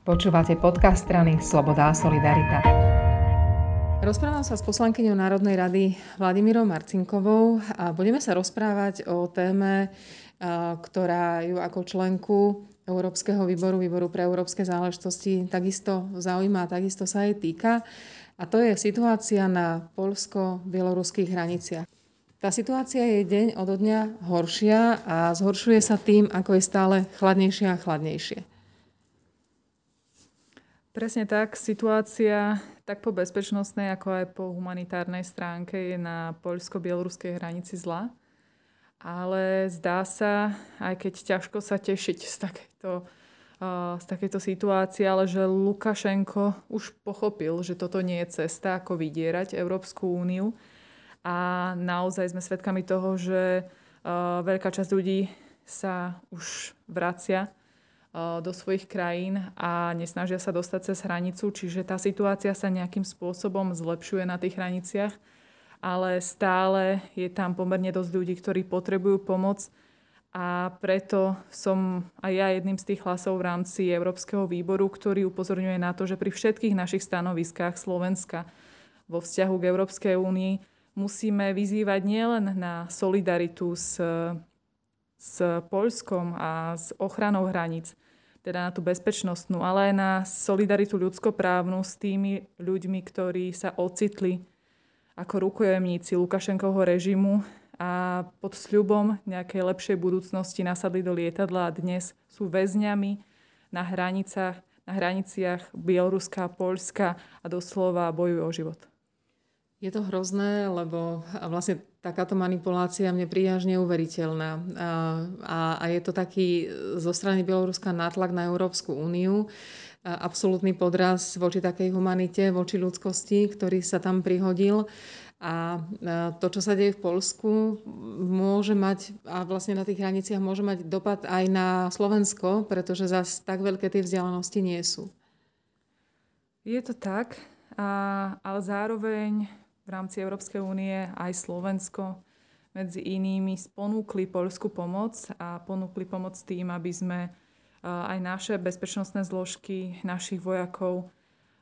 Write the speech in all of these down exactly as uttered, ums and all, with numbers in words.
Počúvate podcast strany Sloboda a Solidarita. Rozprávam sa s poslankyňou Národnej rady Vladimírou Marcinkovou a budeme sa rozprávať o téme, ktorá ju ako členku Európskeho výboru, výboru pre európske záležitosti takisto zaujíma a takisto sa jej týka. A to je situácia na poľsko-bieloruských hraniciach. Tá situácia je deň odo dňa horšia a zhoršuje sa tým, ako je stále chladnejšie a chladnejšie. Presne tak. Situácia tak po bezpečnostnej, ako aj po humanitárnej stránke je na poľsko-bieloruskej hranici zlá. Ale zdá sa, aj keď ťažko sa tešiť z takejto, uh, z takejto situácie, ale že Lukašenko už pochopil, že toto nie je cesta, ako vydierať Európsku úniu. A naozaj sme svedkami toho, že uh, veľká časť ľudí sa už vracia do svojich krajín a nesnažia sa dostať cez hranicu, čiže tá situácia sa nejakým spôsobom zlepšuje na tých hraniciach, ale stále je tam pomerne dosť ľudí, ktorí potrebujú pomoc a preto som aj ja jedným z tých hlasov v rámci Európskeho výboru, ktorý upozorňuje na to, že pri všetkých našich stanoviskách Slovenska vo vzťahu k Európskej únii musíme vyzývať nielen na solidaritu s s Poľskom a s ochranou hraníc, teda na tú bezpečnostnú, ale aj na solidaritu ľudskoprávnu s tými ľuďmi, ktorí sa ocitli ako rukojemníci Lukašenkovho režimu a pod sľubom nejakej lepšej budúcnosti nasadli do lietadla a dnes sú väzňami na hranicách, na hraniciach Bieloruska a Poľska a doslova bojujú o život. Je to hrozné, lebo vlastne takáto manipulácia mne príde až neuveriteľná. A, a, a je to taký zo strany Bieloruska nátlak na Európsku úniu. Absolútny podraz voči takej humanite, voči ľudskosti, ktorý sa tam prihodil. A to, čo sa deje v Poľsku, môže mať, a vlastne na tých hraniciach môže mať dopad aj na Slovensko, pretože zase tak veľké tie vzdialenosti nie sú. Je to tak, a, ale zároveň v rámci Európskej únie aj Slovensko medzi inými ponúkli poľskú pomoc a ponúkli pomoc tým, aby sme aj naše bezpečnostné zložky, našich vojakov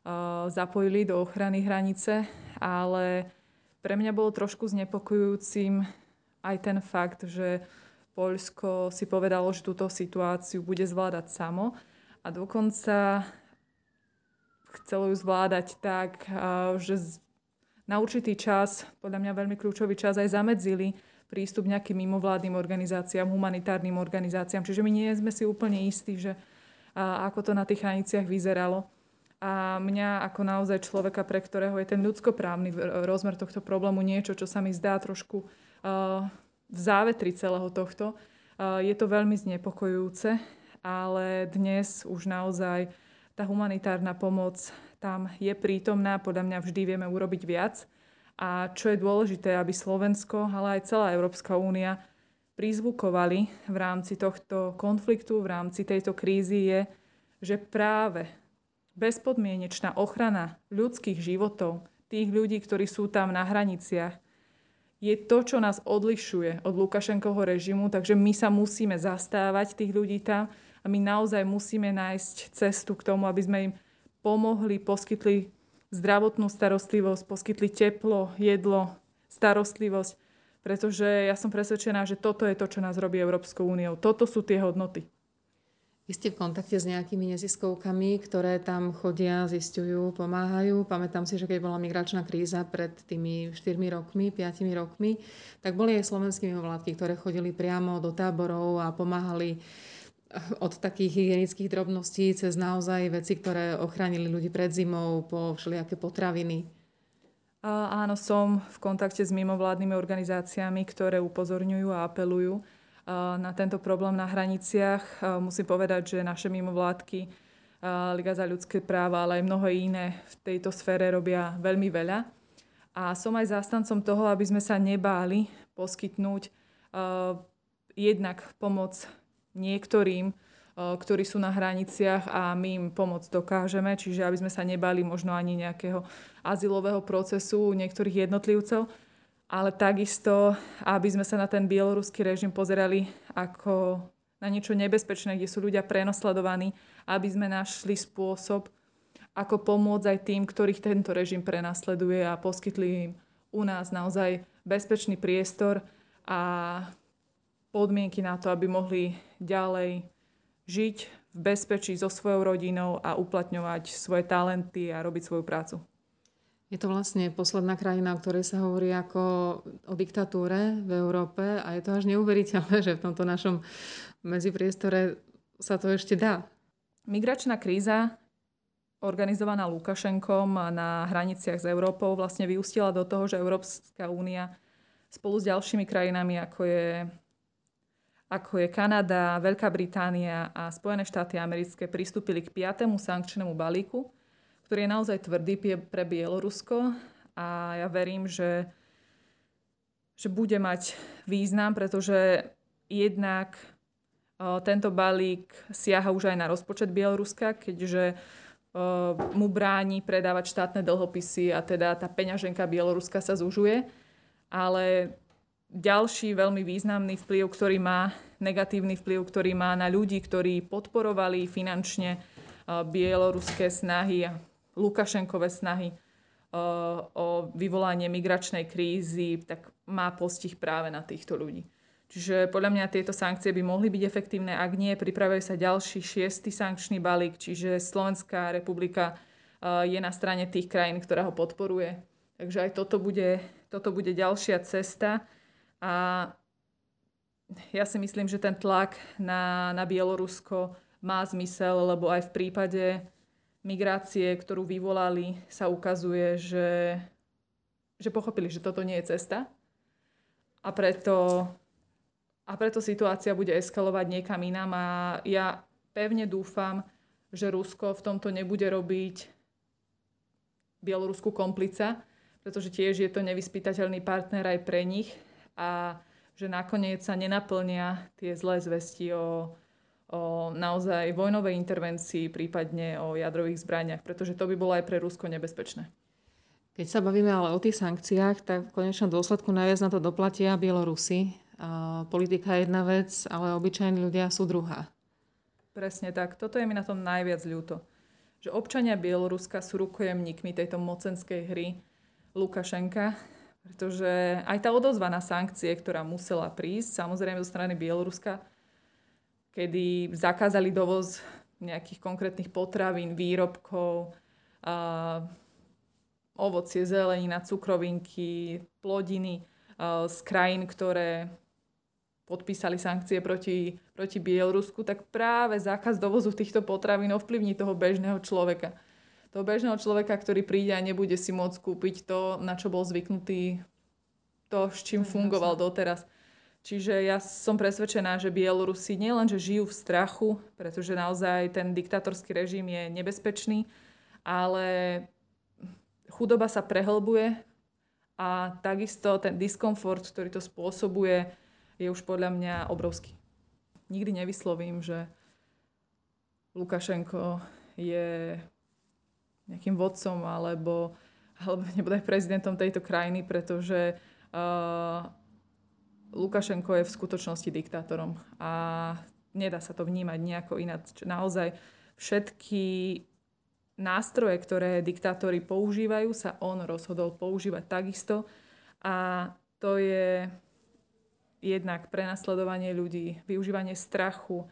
zapojili do ochrany hranice, ale pre mňa bolo trošku znepokojujúcim aj ten fakt, že Poľsko si povedalo, že túto situáciu bude zvládať samo a dokonca chcelo ju zvládať tak, že na určitý čas, podľa mňa veľmi kľúčový čas, aj zamedzili prístup nejakým mimovládnym organizáciám, humanitárnym organizáciám. Čiže my nie sme si úplne istí, že a, ako to na tých hraniciach vyzeralo. A mňa ako naozaj človeka, pre ktorého je ten ľudskoprávny rozmer tohto problému niečo, čo sa mi zdá trošku uh, v závetri celého tohto, uh, je to veľmi znepokojujúce, ale dnes už naozaj tá humanitárna pomoc tam je prítomná, podľa mňa vždy vieme urobiť viac. A čo je dôležité, aby Slovensko, ale aj celá Európska únia prizvukovali v rámci tohto konfliktu, v rámci tejto krízy je, že práve bezpodmienečná ochrana ľudských životov, tých ľudí, ktorí sú tam na hraniciach, je to, čo nás odlišuje od Lukašenkovho režimu, takže my sa musíme zastávať tých ľudí tam a my naozaj musíme nájsť cestu k tomu, aby sme im pomohli, poskytli zdravotnú starostlivosť, poskytli teplo, jedlo, starostlivosť, pretože ja som presvedčená, že toto je to, čo nás robí Európskou úniou. Toto sú tie hodnoty. Vy ste v kontakte s nejakými neziskovkami, ktoré tam chodia, zisťujú, pomáhajú. Pamätám si, že keď bola migračná kríza pred tými štyrmi rokmi, piatimi rokmi, tak boli aj slovenské mimovládky, ktoré chodili priamo do táborov a pomáhali od takých hygienických drobností cez naozaj veci, ktoré ochránili ľudí pred zimou, po všelijaké potraviny. A áno, som v kontakte s mimovládnymi organizáciami, ktoré upozorňujú a apelujú na tento problém na hraniciach. Musím povedať, že naše mimovládky, Liga za ľudské práva, ale aj mnohé iné v tejto sfére robia veľmi veľa. A som aj zástancom toho, aby sme sa nebáli poskytnúť jednak pomoc niektorým, ktorí sú na hraniciach a my im pomôcť dokážeme, čiže aby sme sa nebali možno ani nejakého azylového procesu niektorých jednotlivcov, ale takisto, aby sme sa na ten bieloruský režim pozerali ako na niečo nebezpečné, kde sú ľudia prenosledovaní, aby sme našli spôsob, ako pomôcť aj tým, ktorých tento režim prenasleduje a poskytli im u nás naozaj bezpečný priestor a podmienky na to, aby mohli ďalej žiť v bezpečí so svojou rodinou a uplatňovať svoje talenty a robiť svoju prácu. Je to vlastne posledná krajina, o ktorej sa hovorí ako o diktatúre v Európe a je to až neuveriteľné, že v tomto našom medzipriestore sa to ešte dá. Migračná kríza, organizovaná Lukašenkom na hraniciach s Európou, vlastne vyústila do toho, že Európska únia spolu s ďalšími krajinami, ako je, ako je Kanada, Veľká Británia a Spojené štáty americké, pristúpili k piatému sankčnému balíku, ktorý je naozaj tvrdý pre Bielorusko a ja verím, že, že bude mať význam, pretože jednak o, tento balík siaha už aj na rozpočet Bieloruska, keďže o, mu bráni predávať štátne dlhopisy a teda tá peňaženka Bieloruska sa zužuje. Ale ďalší veľmi významný vplyv, ktorý má, negatívny vplyv, ktorý má na ľudí, ktorí podporovali finančne o, bieloruské snahy a Lukašenkové snahy o, o vyvolanie migračnej krízy, tak má postih práve na týchto ľudí. Čiže podľa mňa tieto sankcie by mohli byť efektívne. Ak nie, pripravuje sa ďalší šiestý sankčný balík, čiže Slovenská republika je na strane tých krajín, ktorá ho podporuje. Takže aj toto bude, toto bude ďalšia cesta. A ja si myslím, že ten tlak na, na Bielorusko má zmysel, lebo aj v prípade migrácie, ktorú vyvolali, sa ukazuje, že, že pochopili, že toto nie je cesta. A preto, a preto situácia bude eskalovať niekam inám. A ja pevne dúfam, že Rusko v tomto nebude robiť Bielorusku komplica, pretože tiež je to nevyspytateľný partner aj pre nich a že nakoniec sa nenaplnia tie zlé zvesti o o naozaj vojnovej intervencii, prípadne o jadrových zbraniach, pretože to by bolo aj pre Rusko nebezpečné. Keď sa bavíme ale o tých sankciách, tak v konečnom dôsledku najviac na to doplatia Bielorusi. A politika je jedna vec, ale obyčajní ľudia sú druhá. Presne tak. Toto je mi na tom najviac ľúto. Že občania Bieloruska sú rukojemníkmi tejto mocenskej hry Lukašenka, pretože aj tá odozva na sankcie, ktorá musela prísť, samozrejme zo strany Bieloruska, kedy zakázali dovoz nejakých konkrétnych potravín, výrobkov, a ovocie, zelenina, cukrovinky, plodiny a z krajín, ktoré podpísali sankcie proti, proti Bielorusku, tak práve zákaz dovozu týchto potravín ovplyvní toho bežného človeka. Toho bežného človeka, ktorý príde a nebude si môcť kúpiť to, na čo bol zvyknutý, to, s čím fungoval doteraz. Čiže ja som presvedčená, že Bielorusi nielenže žijú v strachu, pretože naozaj ten diktátorský režim je nebezpečný, ale chudoba sa prehlbuje a takisto ten diskomfort, ktorý to spôsobuje, je už podľa mňa obrovský. Nikdy nevyslovím, že Lukašenko je nejakým vodcom alebo, alebo nebude aj prezidentom tejto krajiny, pretože uh, Lukašenko je v skutočnosti diktátorom a nedá sa to vnímať nejako ináč. Naozaj všetky nástroje, ktoré diktátori používajú, sa on rozhodol používať takisto a to je jednak prenasledovanie ľudí, využívanie strachu,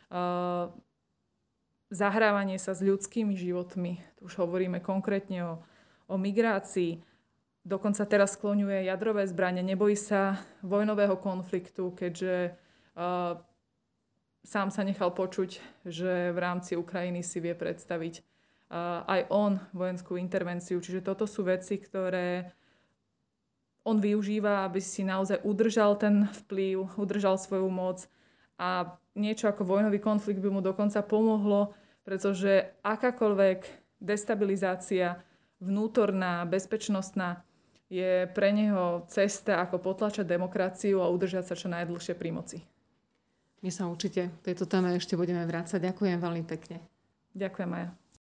zahrávanie sa s ľudskými životmi. Tu už hovoríme konkrétne o, o migrácii. Dokonca teraz skloňuje jadrové zbrane, nebojí sa vojnového konfliktu, keďže uh, sám sa nechal počuť, že v rámci Ukrajiny si vie predstaviť uh, aj on vojenskú intervenciu. Čiže toto sú veci, ktoré on využíva, aby si naozaj udržal ten vplyv, udržal svoju moc a niečo ako vojnový konflikt by mu dokonca pomohlo, pretože akákoľvek destabilizácia vnútorná, bezpečnostná je pre neho cesta, ako potlačať demokraciu a udržať sa čo najdlhšie pri moci. My sa určite tejto téme ešte budeme vrácať. Ďakujem veľmi pekne. Ďakujem, Maja.